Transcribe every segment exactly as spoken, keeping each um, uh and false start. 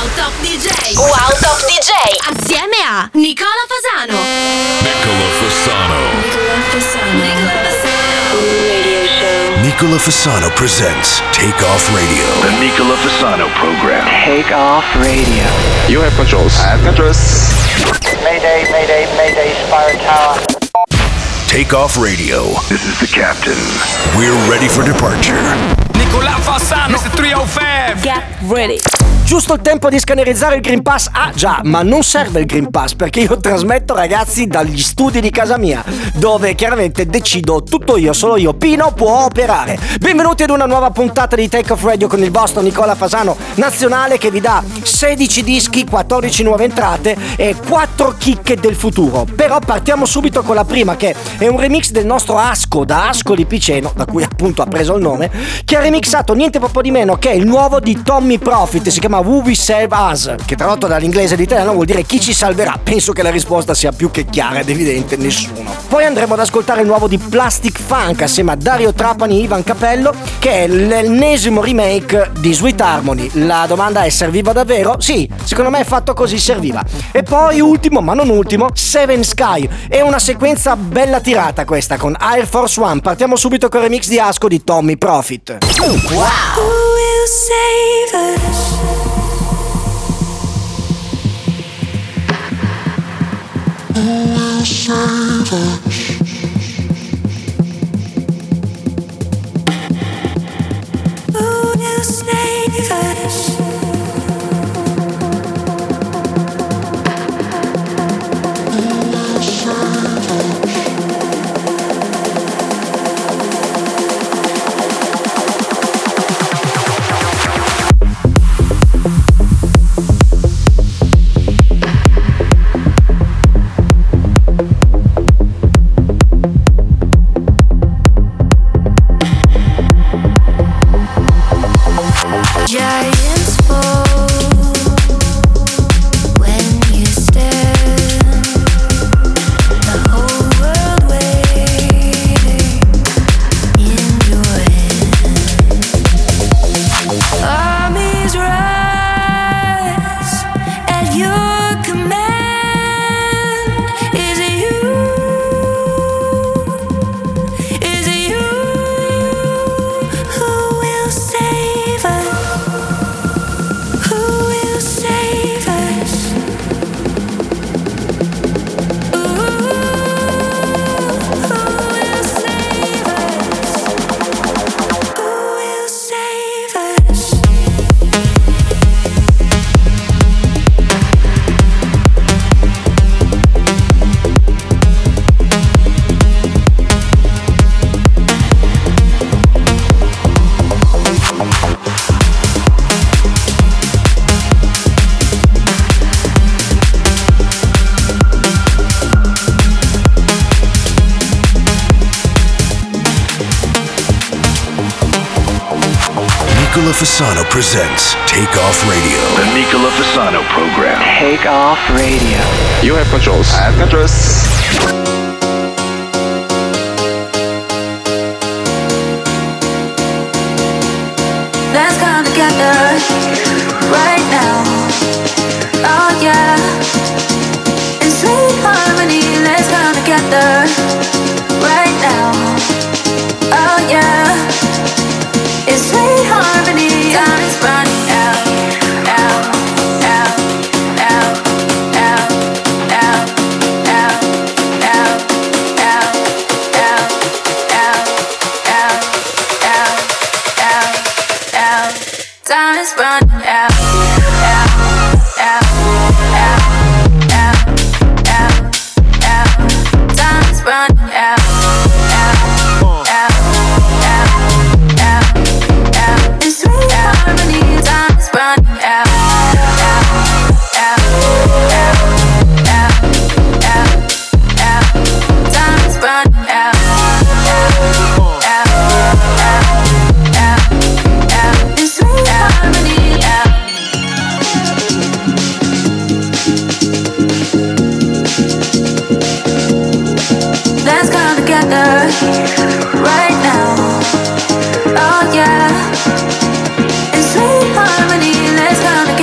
Wow Top D J. Wow Top D J. Assieme a Nicola Fasano. Nicola Fasano. Nicola Fasano. Nicola Fasano. Radio show. Nicola Fasano presents Take Off Radio. The Nicola Fasano program. Take Off Radio. You have controls. I have controls. Mayday, mayday, mayday, Spire Tower. Take Off Radio. This is the captain. We're ready for departure. Nicola Fasano, mister trecentocinque. Get ready. Giusto il tempo di scannerizzare il Green Pass? Ah già, ma non serve il Green Pass perché io trasmetto, ragazzi, dagli studi di casa mia, dove chiaramente decido tutto io, solo io. Pino può operare. Benvenuti ad una nuova puntata di Take Off Radio con il vostro Nicola Fasano nazionale, che vi dà sedici dischi, quattordici nuove entrate e quattro chicche del futuro. Però partiamo subito con la prima, che è un remix del nostro Asco, da Ascoli Piceno, da cui appunto ha preso il nome, che ha remixato niente proprio di meno che il nuovo di Tommy Profit. Si chiama Who We Save Us, che tradotto dall'inglese all'italiano vuol dire chi ci salverà. Penso che la risposta sia più che chiara ed evidente: nessuno. Poi andremo ad ascoltare il nuovo di Plastic Funk assieme a Dario Trapani e Ivan Capello, che è l'ennesimo remake di Sweet Harmony. La domanda è: serviva davvero? Sì, secondo me fatto così serviva. E poi ultimo ma non ultimo, Seven Sky. È una sequenza bella tirata questa con Air Force One. Partiamo subito con il remix di Asco di Tommy Profit. Wow. Who will save us? Who will save us? Who will save us? Giants fall when you stand, the whole world waiting in your hand. Armies rise at your command. Is it you? Is it you who will save us? Who will save us? Ooh, who will save us? Who will save us? Nicola Fasano presents Take Off Radio. The Nicola Fasano program. Take Off Radio. You have controls. I have controls. Let's come together right now. Oh yeah. In sweet harmony, let's come together right now. Oh yeah. In sweet harmony, time is running out, out, out, out, out, out, out, out, out, out, out, out, out, out, out. Time is running out, out, out, out, out, out, out. Time is running out, out, out, out, out, out. In sweet harmony, time is running out, out, out, out, out, out, out. Time is running out, out, out, out, out, out. In sweet harmony, out. Let's come together right now. Oh yeah. In sweet harmony, let's come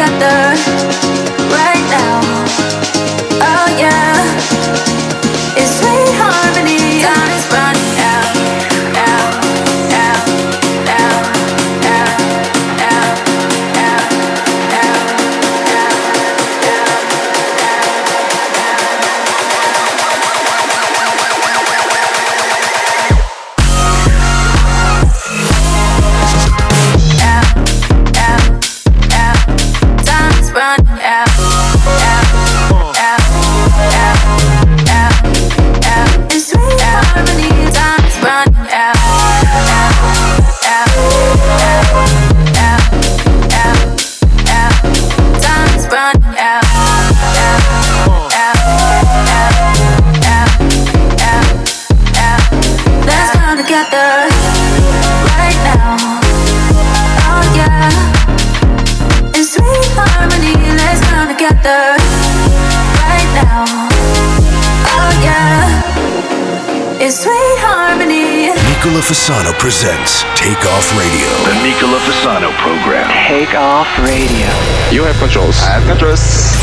run out, out, out, out, out, out. In sweet harmony, time's run out, out, out, out, out, out, out. Time's run out, out, out, out, out, out, out. Let's come together right now. Oh yeah. In sweet harmony, let's come together right now. Oh yeah. In sweet harmony. Nicola Fasano presents Take Off Radio. The Nicola Fasano program. Take Off Radio. You have controls. I have controls.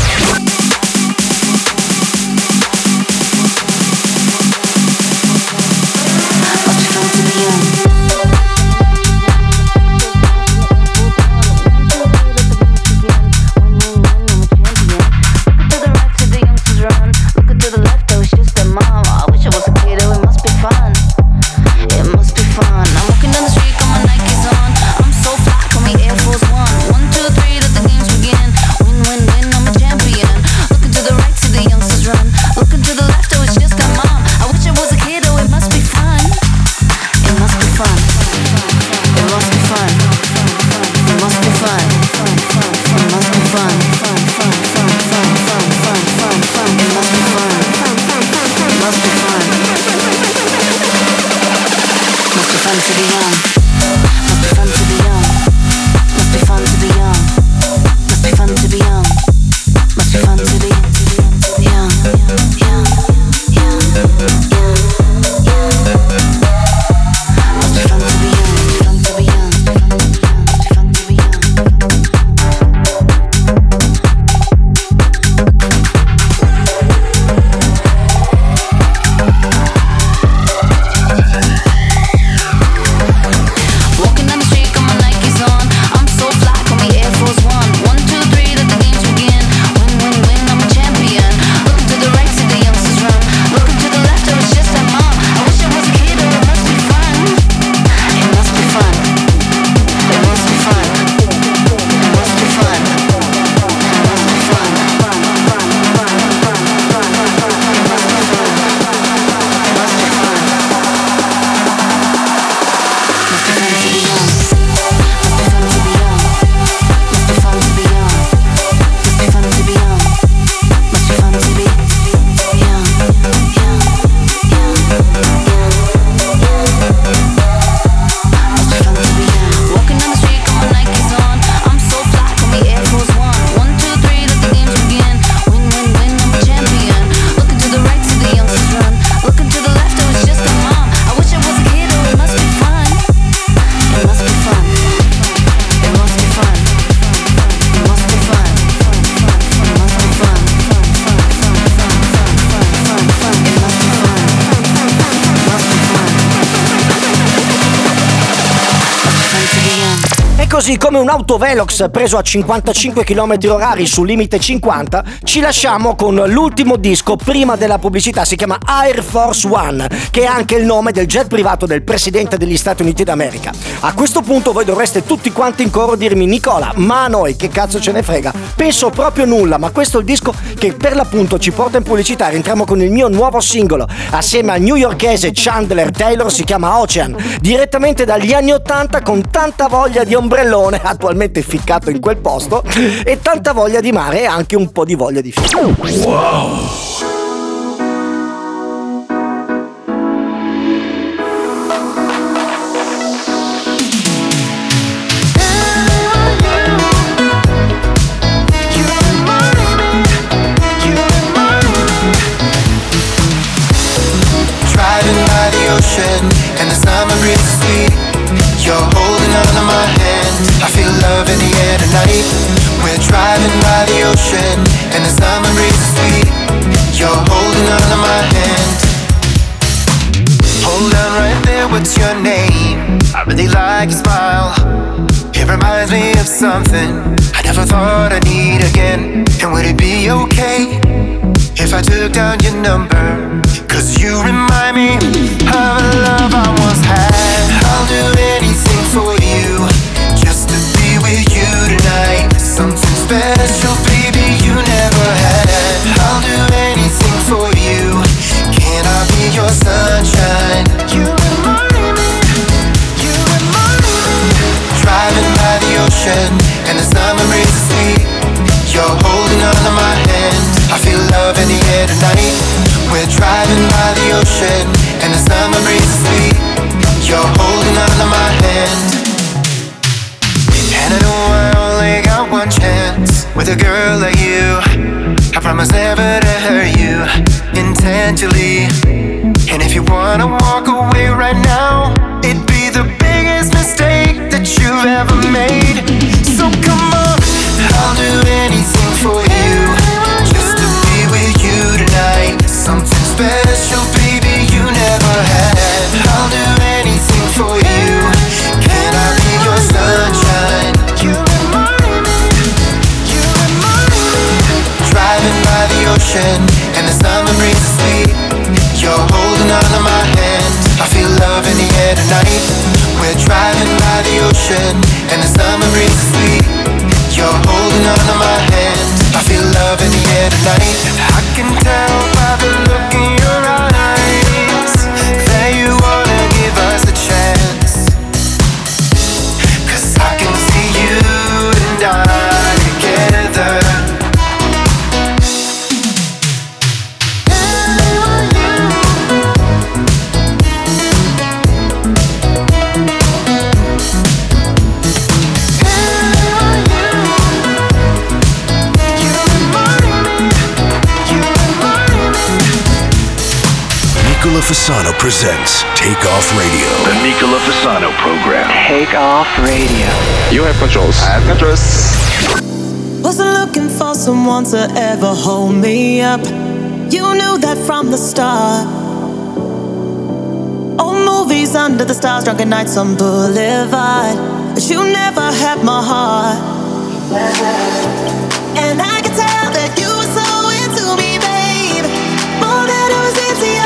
Così come un autovelox preso a cinquantacinque chilometri orari sul limite cinquanta, ci lasciamo con l'ultimo disco prima della pubblicità. Si chiama Air Force One, che è anche il nome del jet privato del presidente degli Stati Uniti d'America. A questo punto voi dovreste tutti quanti in coro dirmi: Nicola, ma a noi che cazzo ce ne frega? Penso proprio nulla, ma questo è il disco che per l'appunto ci porta in pubblicità. Rientriamo con il mio nuovo singolo assieme al newyorkese Chandler Taylor, si chiama Ocean, direttamente dagli anni ottanta, con tanta voglia di ombrellone, attualmente ficcato in quel posto, e tanta voglia di mare e anche un po' di voglia di figlio. Wow! And the summer breeze is sweet. You're holding on to my hand. I feel love in the air tonight. We're driving by the ocean. And the summer breeze is sweet. You're holding on to my hand. Hold on right there, what's your name? I really like your smile. It reminds me of something I never thought I'd need again. And would it be okay if I took down your number? Cause you remind me of a love I once had. I'll do anything for you, just to be with you tonight. Something special, please. with a girl like you. I promise never to hurt you intentionally. And if you wanna walk away right now, it'd be the biggest mistake that you've ever made. So come on, I'll do anything for you, just to be with you tonight. Something special, baby, you never had. I'll do anything for you. Can I be your sunshine? You remind me, you remind me. Driving by the ocean and the summer breeze is sweet. You're holding on to my hand. I feel love in the air tonight. We're driving by the ocean and the summer breeze is sweet. You're holding on to my hand. I feel love in the air tonight. I can tell by the look in your eyes that you wanna give us a chance. 'Cause I can see you and I together. Nicola Fasano presents Take Off Radio. The Nicola Fasano program. Take Off Radio. You have controls. I have controls. Wasn't looking for someone to ever hold me up. You knew that from the start. Old movies under the stars, drunken nights on Boulevard. But you never had my heart. And I could tell that you were so into me, babe. More than I was into you.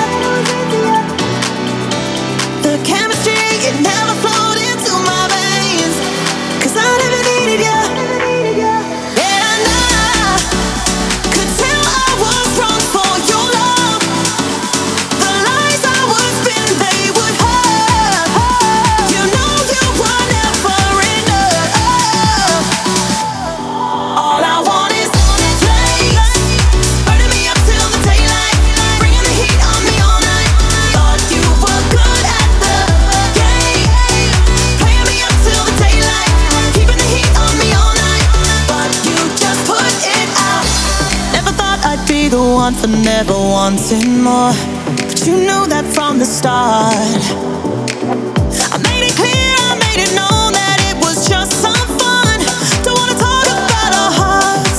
The chemistry, it never flowed into my veins. 'Cause I never needed you. And I could tell I was wrong for your love. The lies I would spin, they would hurt. You know you were never enough. All I want is flame, burning me up till the daylight, bringing the heat on me all night. Thought you were good at the game, playing me up till the daylight, keeping the heat on me all night. But you just put it out. Never thought I'd be the one for never wanting more, but you knew that from the start. I made it clear, I made it known that it was just some fun. Don't wanna talk about our hearts.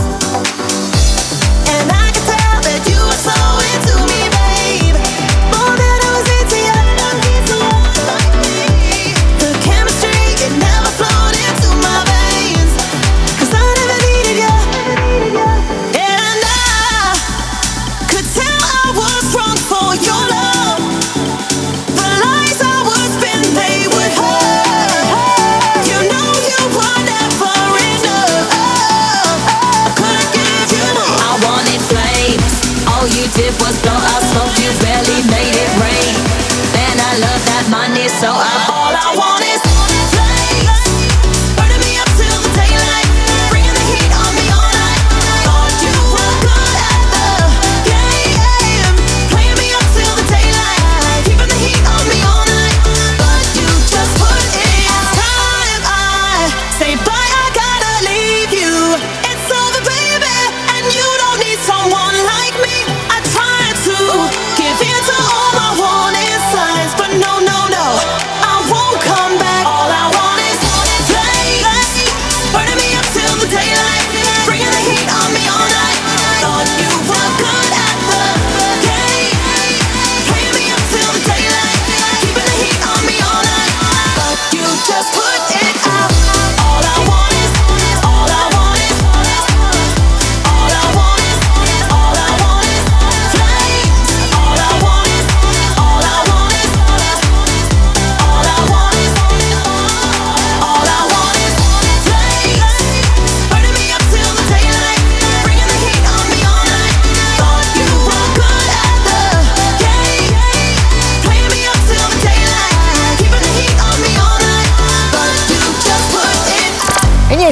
And I could tell that you were so into me, babe. More than I was into you. The chemistry, it never flowed into my veins. 'Cause I never needed you. And I could tell I was wrong for your love. The lies I was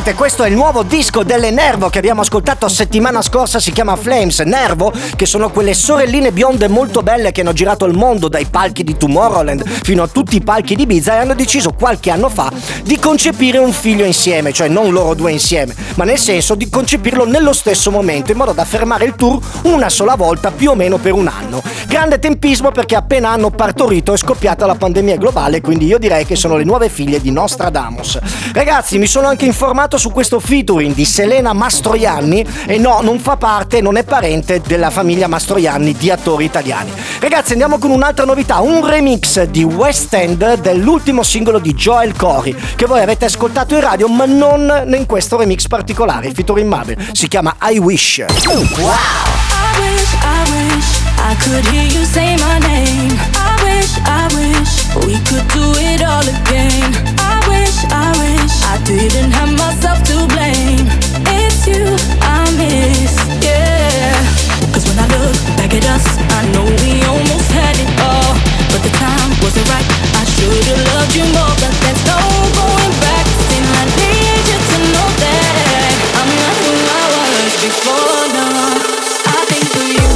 Esattamente, questo è il nuovo disco delle Nervo che abbiamo ascoltato settimana scorsa, si chiama Flames. Nervo, che sono quelle sorelline bionde molto belle che hanno girato il mondo dai palchi di Tomorrowland fino a tutti i palchi di Ibiza, e hanno deciso qualche anno fa di concepire un figlio insieme, cioè non loro due insieme, ma nel senso di concepirlo nello stesso momento, in modo da fermare il tour una sola volta più o meno per un anno. Grande tempismo, perché appena hanno partorito è scoppiata la pandemia globale, quindi io direi che sono le nuove figlie di Nostradamus. Ragazzi, mi sono anche informato su questo featuring di Selena Mastroianni, e no, non fa parte, non è parente della famiglia Mastroianni di attori italiani. Ragazzi, andiamo con un'altra novità, un remix di West End dell'ultimo singolo di Joel Corry, che voi avete ascoltato in radio, ma non in questo remix particolare, il featuring Mabel, si chiama I Wish. Wow! I wish, I wish I could hear you say my name. I wish, I wish we could do it all again. I wish, I wish I didn't have myself to blame. It's you I miss, yeah. Cause when I look back at us, I know we almost had it all, but the time wasn't right. I should've loved you more, but there's no going back. Still I need you to know that I'm not who I was before, no. I think of you.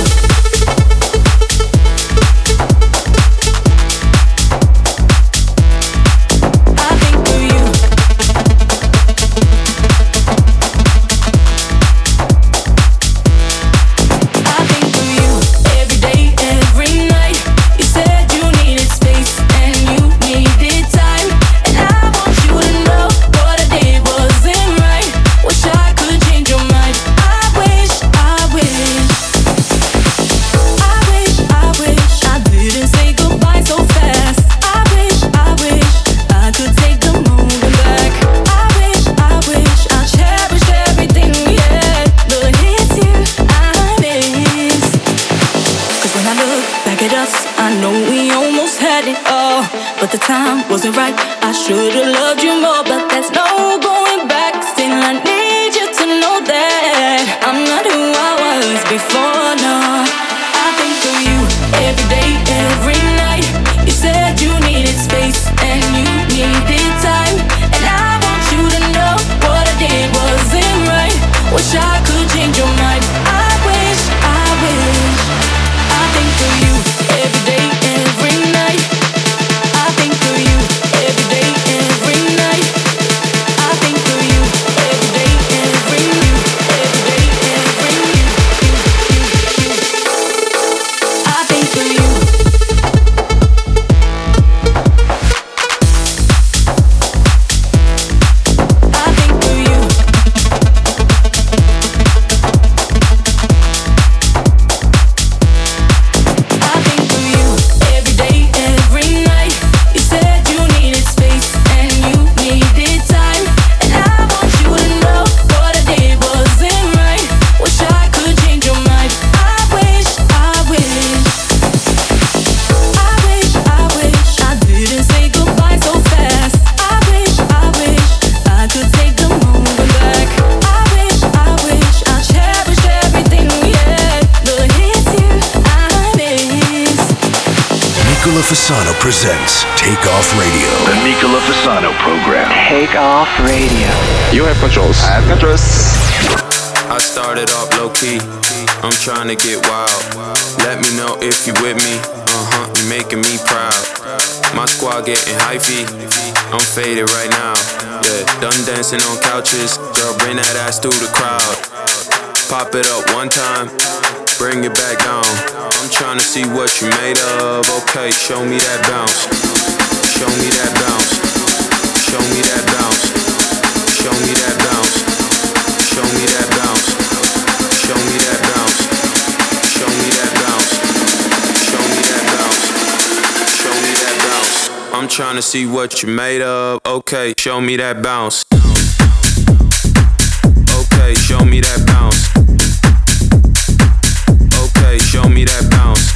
But the time wasn't right. I should've loved you more, but there's no going back. Still I need you to know that I'm not who I was before, no. I think of you every day, every night. You said you needed space and you needed time, and I want you to know what I did wasn't right. Wish I could change your mind. I wish, I wish. I think of you every day, every night. I think of you every day, every night. I think of you every day, every every day, every I think of you. I think of you. I think of you every day, every night. You said you needed space and you needed time, and I want you to know what I did wasn't right. Wish I could change your mind. I wish, I wish. I wish, I wish I didn't say goodbye so fast. I wish, I wish I could take the moment back. I wish, I wish I cherished everything we had, but it's you I miss. Nicola Fasano presents Take Off Radio. The Nicola Fasano program. Take Off Radio. You have controls. I have controls. I started off low key, I'm trying to get wild. Let me know if you with me, uh-huh, you making me proud. My squad getting hyphy, I'm faded right now. Yeah, done dancing on couches, girl bring that ass through the crowd. Pop it up one time, bring it back down. I'm trying to see what you made of, okay, show me that bounce. Show me that bounce. Show me that bounce. Show me that bounce. Show me that bounce. Show me that bounce. Show me that bounce. Show me that bounce. Show me that bounce. I'm trying to see what you made of. Okay, show me that bounce. Okay, show me that bounce. Okay, show me that bounce.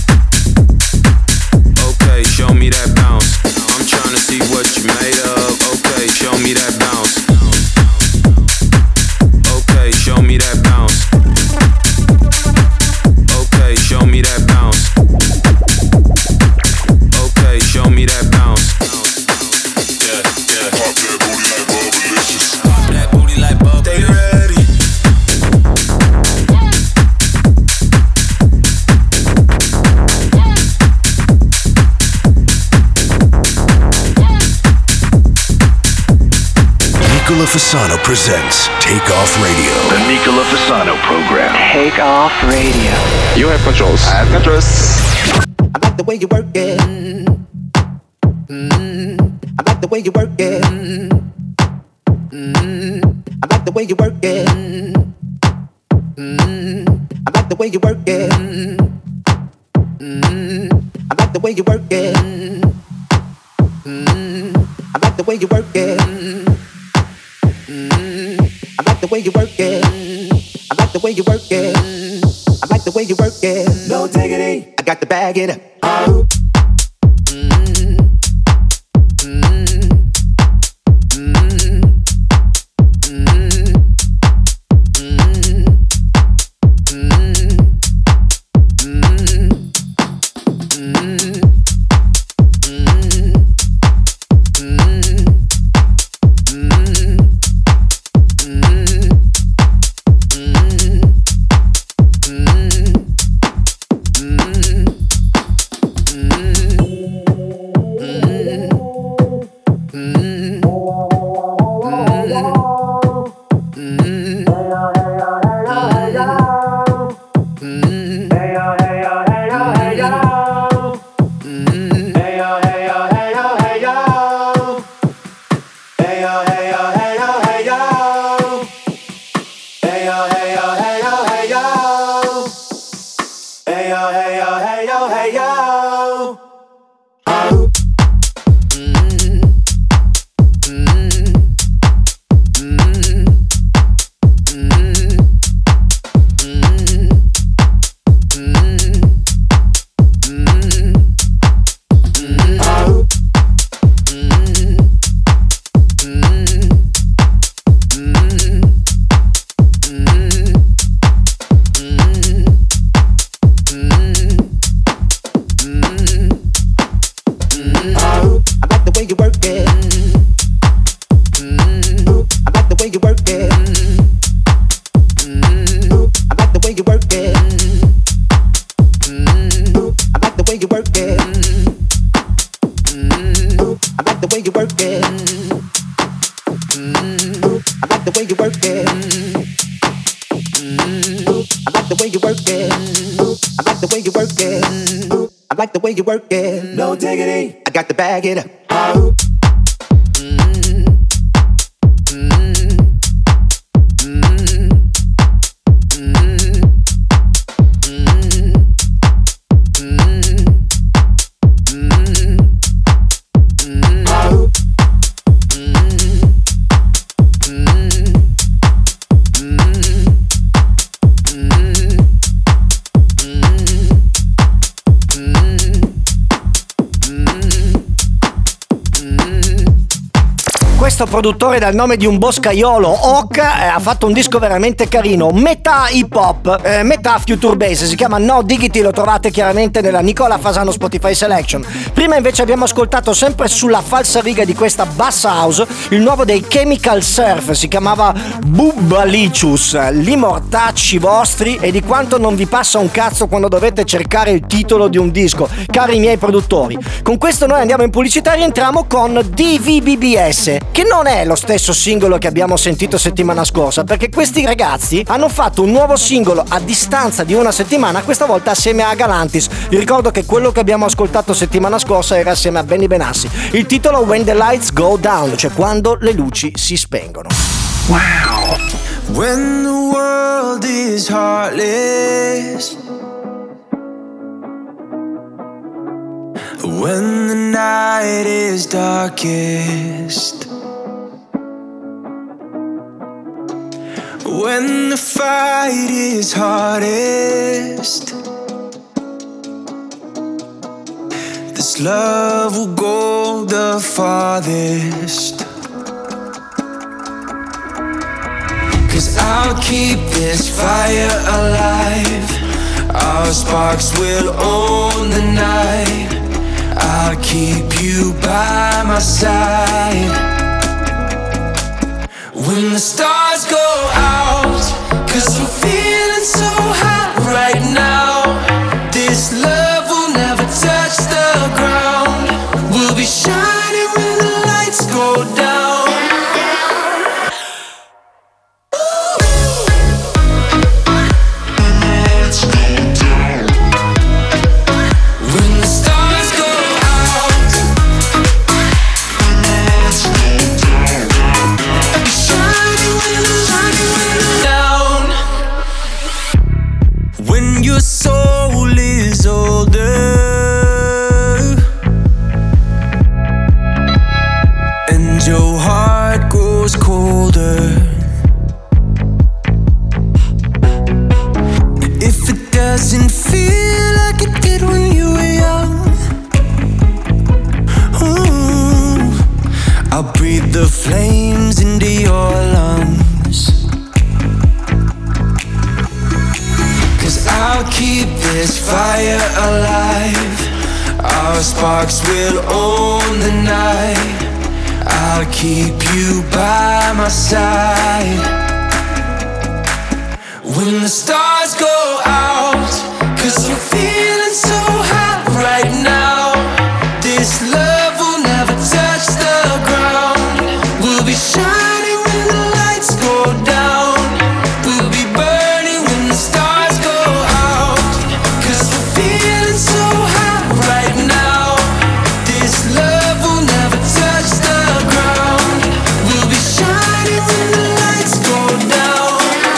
Okay, show me that bounce. I'm trying to see what you made of. Okay, show me that bounce. Okay, show me that bounce. Okay, show me that bounce. Okay, show me that bounce. Yeah, yeah. Pop that booty like Bubblicious. Pop that booty. Fasano presents Take Off Radio. The Nicola Fasano program. Take Off Radio. You have controls. I have controls. I like the way you work it. Mm-hmm. I like the way you work it. Mm-hmm. I like the way you work it. Mm-hmm. I like the way you work it. Mm-hmm. I like the way you work it. Mm-hmm. I like the way you work it. Mm-hmm. I like the way you work it. I like the way you work it. I like the way you work it. No diggity. I got to bag it up. Oh. Get up. Oh. Questo produttore dal nome di un boscaiolo, Hawk, eh, ha fatto un disco veramente carino, metà hip hop, eh, metà future bass, si chiama No Diggity, lo trovate chiaramente nella Nicola Fasano Spotify Selection. Prima invece abbiamo ascoltato sempre sulla falsariga di questa bass house il nuovo dei Chemical Surf, si chiamava Bubbalicious, li mortacci vostri e di quanto non vi passa un cazzo quando dovete cercare il titolo di un disco, cari miei produttori. Con questo noi andiamo in pubblicità e rientriamo con D V B B S, che non è lo stesso singolo che abbiamo sentito settimana scorsa, perché questi ragazzi hanno fatto un nuovo singolo a distanza di una settimana, questa volta assieme a Galantis. Vi ricordo che quello che abbiamo ascoltato settimana scorsa era assieme a Benny Benassi. Il titolo When the Lights Go Down, cioè quando le luci si spengono. Wow. When the world is heartless, when the night is darkest, when the fight is hardest, this love will go the farthest. 'Cause I'll keep this fire alive, our sparks will own the night, I'll keep you by my side. When the stars go out, 'cause I'm feeling so hot right now, this love will never touch the ground, we'll be shining when the lights go down. doesn't feel like it did when you were young. Ooh, I'll breathe the flames into your lungs. Cause I'll keep this fire alive. Our sparks will own the night. I'll keep you by my side. When the stars go out, cause I'm feeling so hot right now. This love will never touch the ground. We'll be shining when the lights go down. We'll be burning when the stars go out. Cause I'm feeling so hot right now. This love will never touch the ground. We'll be shining when the lights go down.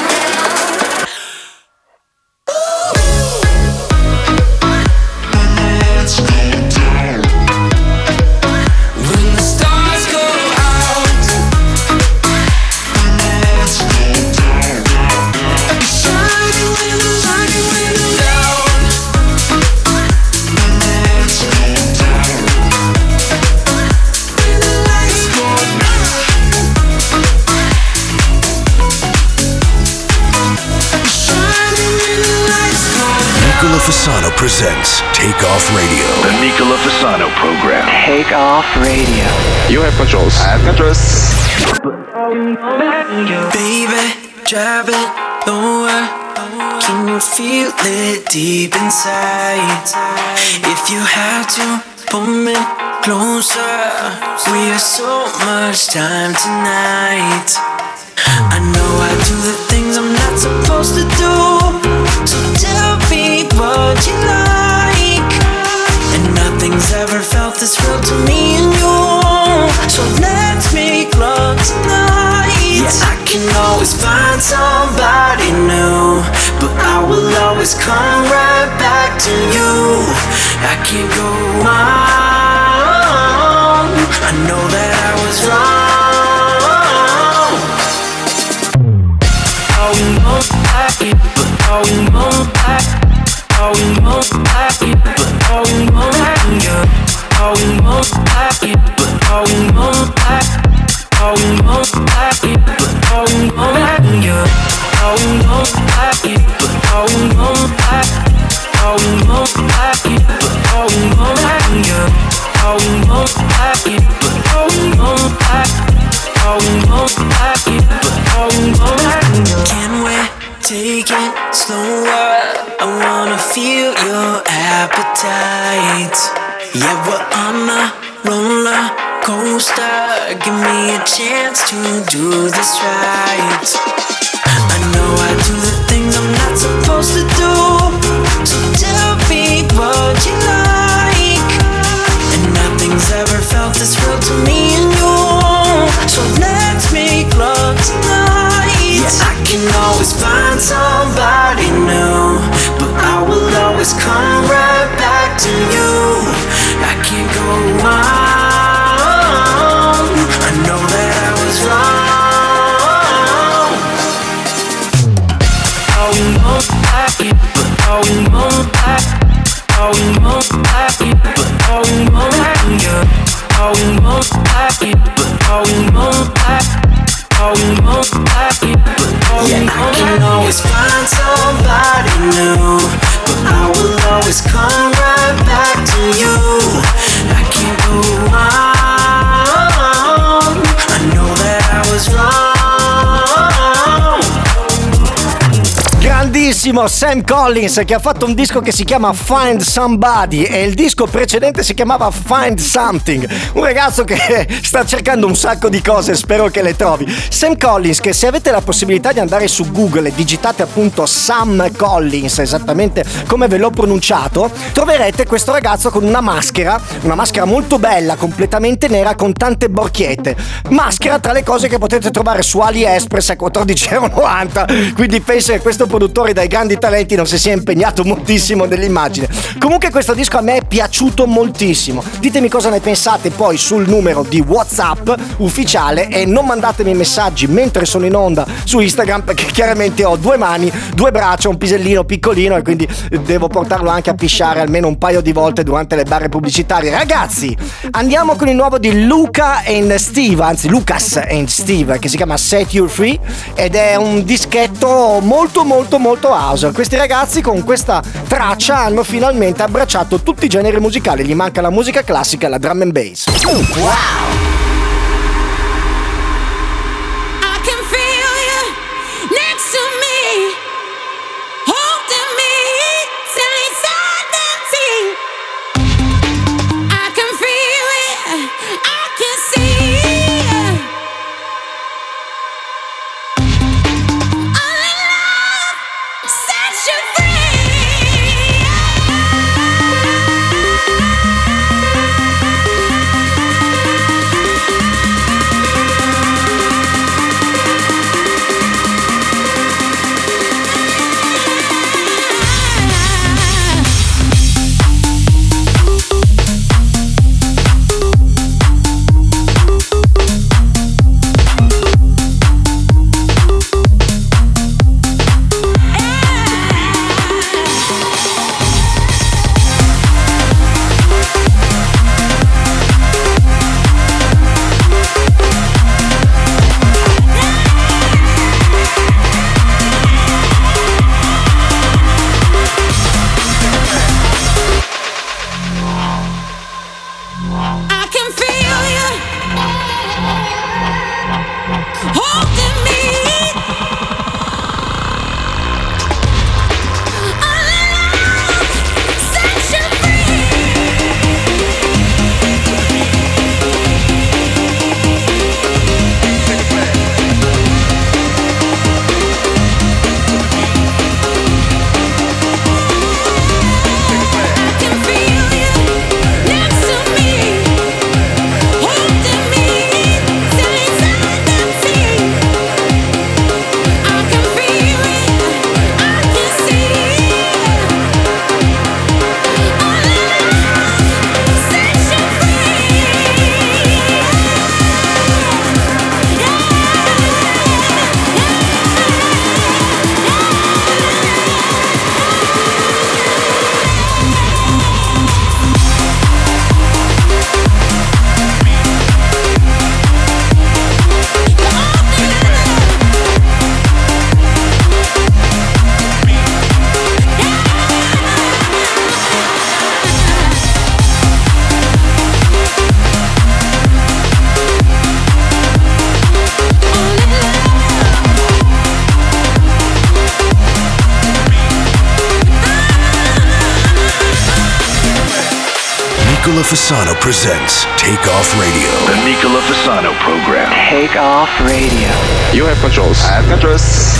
When the stars go out, shining when the shining when the down. When the lights go down, shining when the lights go down. Nicola Fasano presents Take Off Radio. The Nicola Fasano program. Take Off Radio. You have controls. I have controls. Baby, drive it lower. Can you feel it deep inside? If you have to, pull me closer. We have so much time tonight. I know I do the things I'm not supposed to do. So tell me what you like. And nothing's ever felt this real to me and you. So let's make love tonight. Yeah, I can always find somebody new, but I will always come right back to you. I can't go on. I know that I was wrong. Oh, you won't like it, but oh, you won't like it. Oh, you won't like it, but oh, you won't like it. Oh, you won't like it, but oh, you won't like it. Oh, you won't like it, but oh, you won't like it. Oh, you won't like it, but oh, you won't like it. Oh, you won't like it, but oh, you won't like it. Oh, you won't like it, but oh, you won't like it. Oh, you won't like it, but oh, you won't like it. Can we take it slower? I wanna feel your appetite. Yeah, we're on a roller coaster. Give me a chance to do this right. I know I do the things I'm not supposed to do. So tell me what you like. And nothing's ever felt this real to me and you. So let's make love tonight. Yeah, I can always find somebody new, but I will always come right back to you. I can't go on. I know that I was wrong. Oh, you won't like it, but oh, you won't like it. Oh, you won't like it, but oh, you won't like it. Oh, you won't like it, but oh, you won't like it. Oh, you won't like it, but oh, yeah, you won't like it. I can always find somebody new, but I will always come right back to you. I can't go on. I know that I was wrong. Grandissimo Sam Collins, che ha fatto un disco che si chiama Find Somebody e il disco precedente si chiamava Find Something. Un ragazzo che sta cercando un sacco di cose, spero che le trovi. Sam Collins, che se avete la possibilità di andare su Google e digitate appunto Sam Collins, esattamente come ve l'ho pronunciato, troverete questo ragazzo con una maschera, una maschera molto bella, completamente nera con tante borchiette. Maschera tra le cose che potete trovare su AliExpress a quattordici virgola novanta euro. Quindi penso che questo produttore dai grandi talenti non si sia impegnato moltissimo nell'immagine. Comunque questo disco a me è piaciuto moltissimo. Ditemi cosa ne pensate poi sul numero di WhatsApp ufficiale e non mandatemi messaggi mentre sono in onda su Instagram, perché chiaramente ho due mani, due braccia, un pisellino piccolino e quindi devo portarlo anche a pisciare almeno un paio di volte durante le barre pubblicitarie. Ragazzi, andiamo con il nuovo di Luca and Steve, anzi Lucas and Steve, che si chiama Set You Free ed è un dischetto molto molto molto house. Questi ragazzi con questa traccia hanno finalmente abbracciato tutti i generi musicali, gli manca la musica classica e la drum and bass. Wow! Nicola Fasano presents Take Off Radio. The Nicola Fasano program. Take Off Radio. You have controls. I have controls.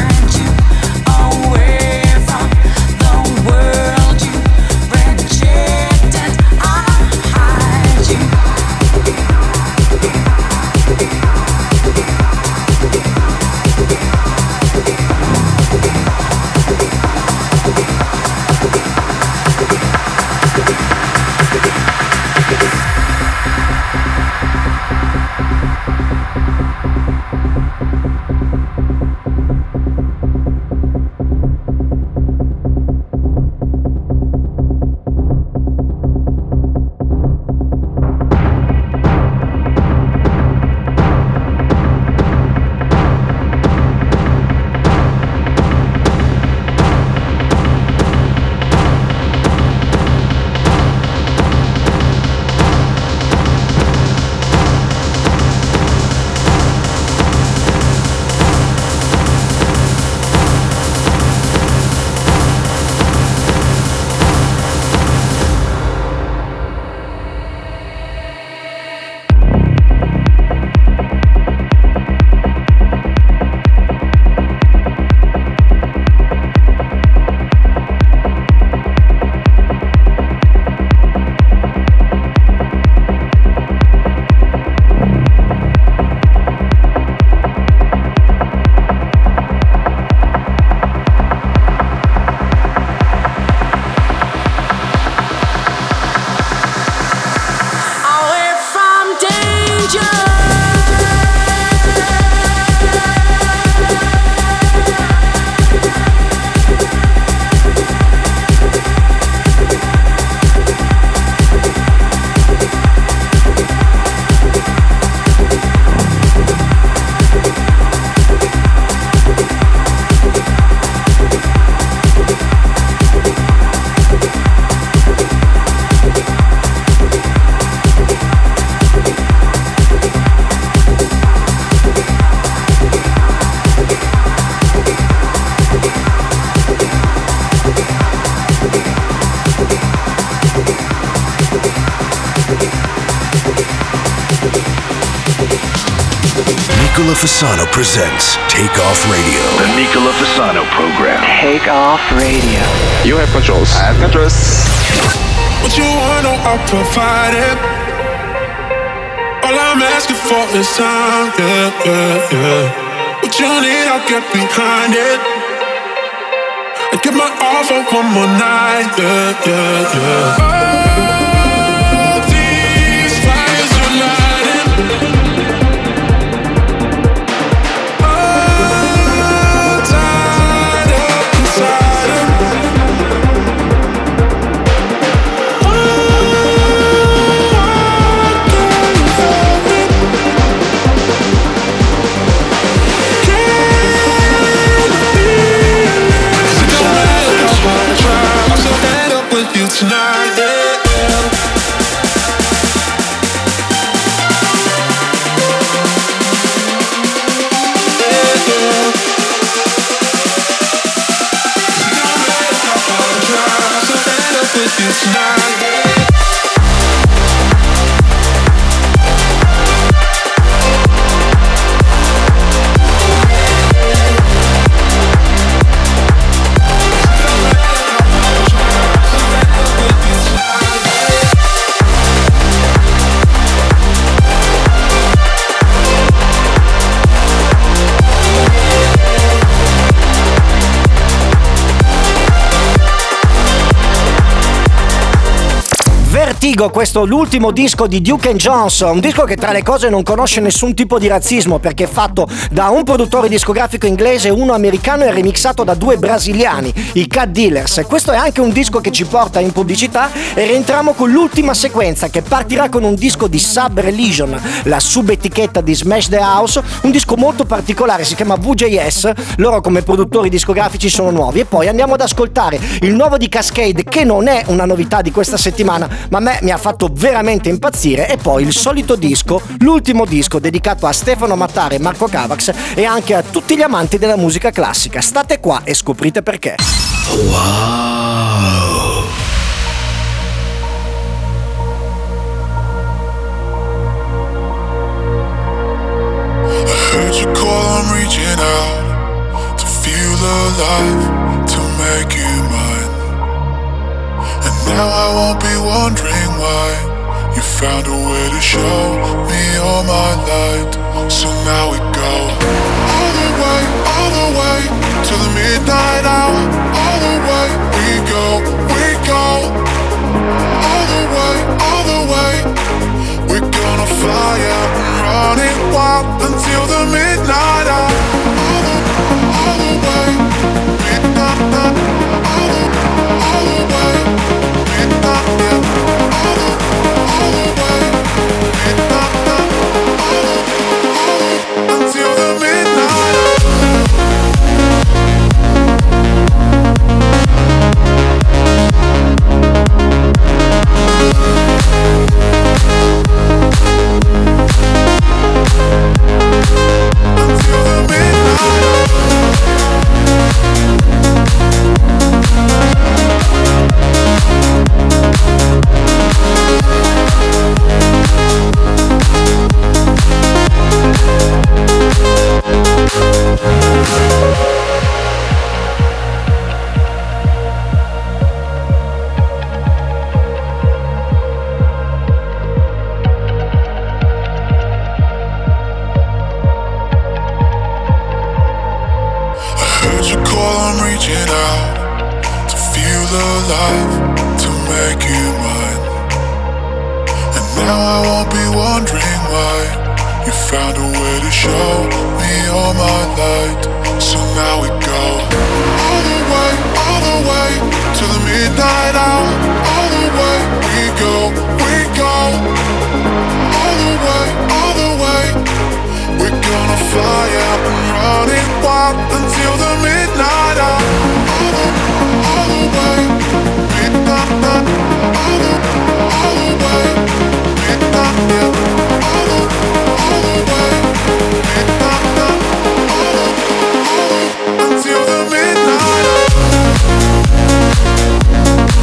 World you reject. Nicola Fasano presents Take Off Radio. The Nicola Fasano program. Take Off Radio. You have controls. I have controls. What you want, oh, I'll provide it. All I'm asking for is time, yeah, yeah, yeah. What you need, I'll get behind it. And give my all for one more night, yeah, yeah, yeah. All these fires you're lighting, all tied up inside of me. Tonight, yeah, yeah. Yeah, yeah. No matter how hard I try, I'm so fed up with you tonight, yeah. Vertigo, questo l'ultimo disco di Duke and Jones, un disco che tra le cose non conosce nessun tipo di razzismo perché è fatto da un produttore discografico inglese e uno americano e remixato da due brasiliani, i Cat Dealers. E questo è anche un disco che ci porta in pubblicità e rientriamo con l'ultima sequenza che partirà con un disco di Sub Religion, la subetichetta di Smash the House, un disco molto particolare, si chiama V J S, loro come produttori discografici sono nuovi. E poi andiamo ad ascoltare il nuovo di Cascade, che non è una novità di questa settimana, ma a me mi ha fatto veramente impazzire. E poi il solito disco, l'ultimo disco dedicato a Stefano Mattare e Marco Cavax e anche a tutti gli amanti della musica classica. State qua e scoprite perché. Wow. I heard you call, I'm reaching out to feel alive, to make you mine. And now I won't be wondering why you found a way to show me all my light. So now we go all the way, all the way to the midnight hour. All the way we go, we go. All the way, all the way. We're gonna fly out and run it wild until the midnight hour. All the, all the way, midnight, all the, all the way, midnight, yeah. All the, all the way, midnight, all the, all the, until the midnight hour. Until the midnight hour.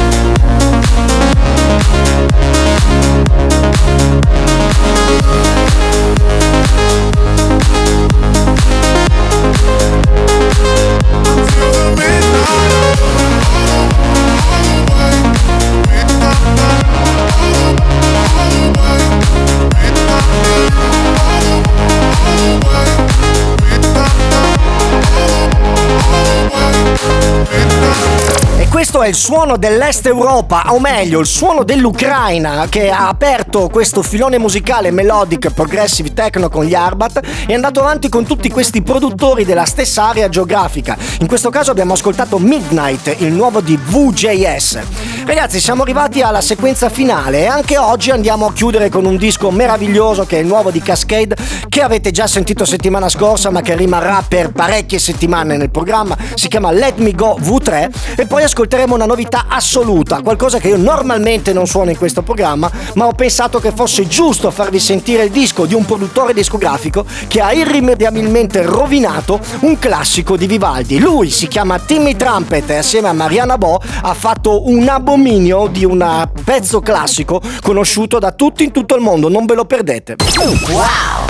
Questo è il suono dell'Est Europa, o meglio il suono dell'Ucraina, che ha aperto questo filone musicale melodic progressive techno con gli Arbat e è andato avanti con tutti questi produttori della stessa area geografica. In questo caso abbiamo ascoltato Midnight, il nuovo di V J S. Ragazzi, siamo arrivati alla sequenza finale e anche oggi andiamo a chiudere con un disco meraviglioso che è il nuovo di Kaskade, che avete già sentito settimana scorsa ma che rimarrà per parecchie settimane nel programma. Si chiama Let Me Go V tre e poi ascolteremo una novità assoluta, qualcosa che io normalmente non suono in questo programma, ma ho pensato che fosse giusto farvi sentire il disco di un produttore discografico che ha irrimediabilmente rovinato un classico di Vivaldi. Lui si chiama Timmy Trumpet e assieme a Mariana Bo ha fatto un abominio di un pezzo classico conosciuto da tutti in tutto il mondo, non ve lo perdete. Wow!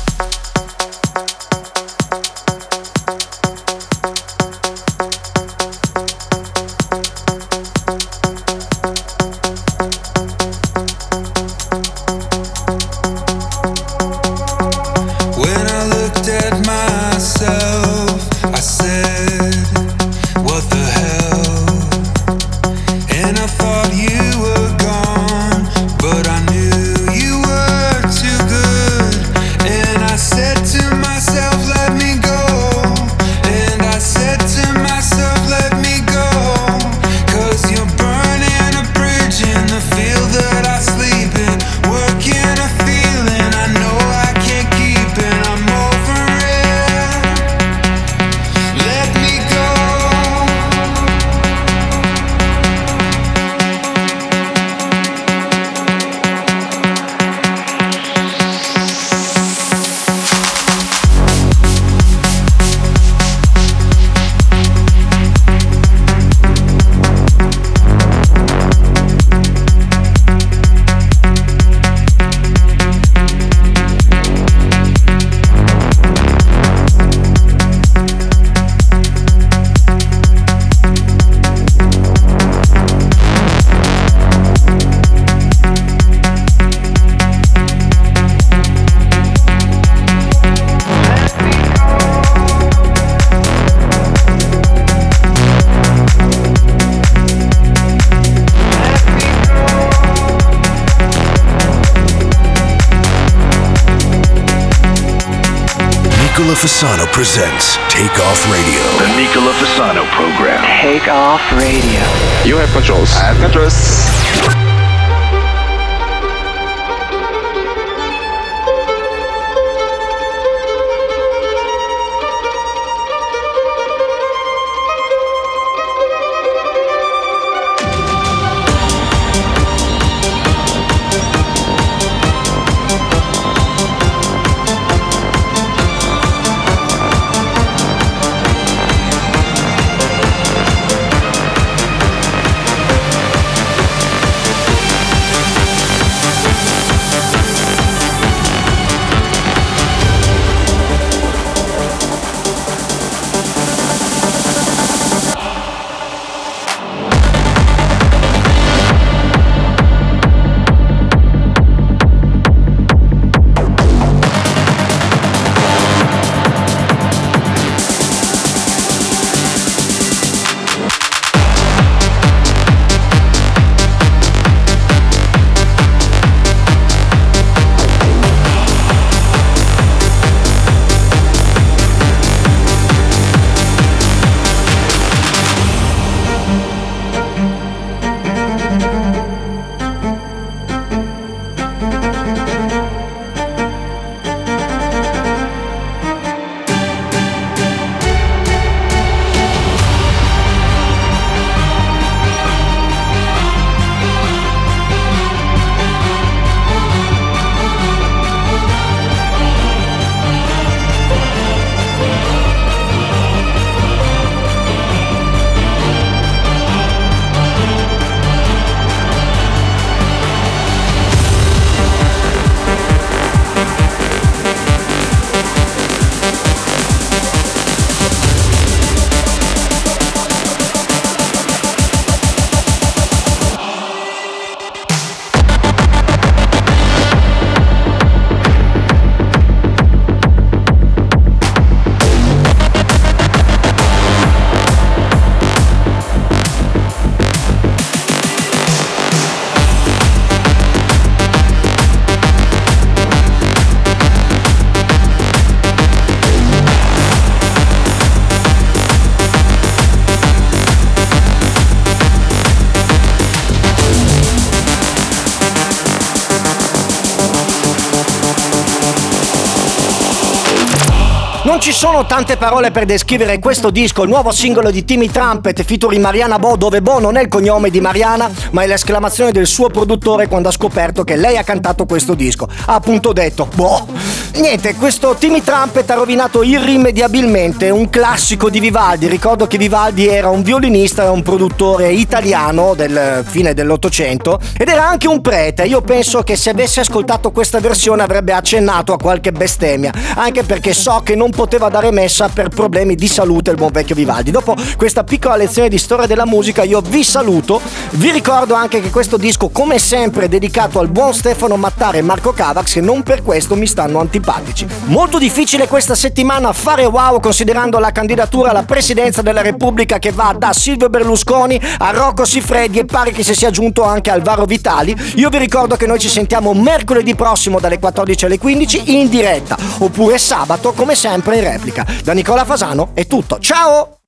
Nicola Fasano presents Take Off Radio. The Nicola Fasano program. Take Off Radio. You have controls. I have controls. Non ci sono tante parole per descrivere questo disco, il nuovo singolo di Timmy Trumpet featuring Mariana Bo, dove Bo non è il cognome di Mariana, ma è l'esclamazione del suo produttore quando ha scoperto che lei ha cantato questo disco. Ha appunto detto boh. Niente, questo Timmy Trumpet ha rovinato irrimediabilmente un classico di Vivaldi. Ricordo che Vivaldi era un violinista e un produttore italiano del fine dell'Ottocento ed era anche un prete. Io penso che se avesse ascoltato questa versione avrebbe accennato a qualche bestemmia, anche perché so che non poteva dare messa per problemi di salute il buon vecchio Vivaldi. Dopo questa piccola lezione di storia della musica io vi saluto, vi ricordo anche che questo disco come sempre è dedicato al buon Stefano Mattare e Marco Cavax, che non per questo mi stanno antipatici. Molto difficile questa settimana fare wow considerando la candidatura alla presidenza della Repubblica che va da Silvio Berlusconi a Rocco Siffredi e pare che si sia aggiunto anche Alvaro Vitali. Io vi ricordo che noi ci sentiamo mercoledì prossimo dalle quattordici alle quindici in diretta, oppure sabato come sempre in replica. Da Nicola Fasano è tutto, ciao!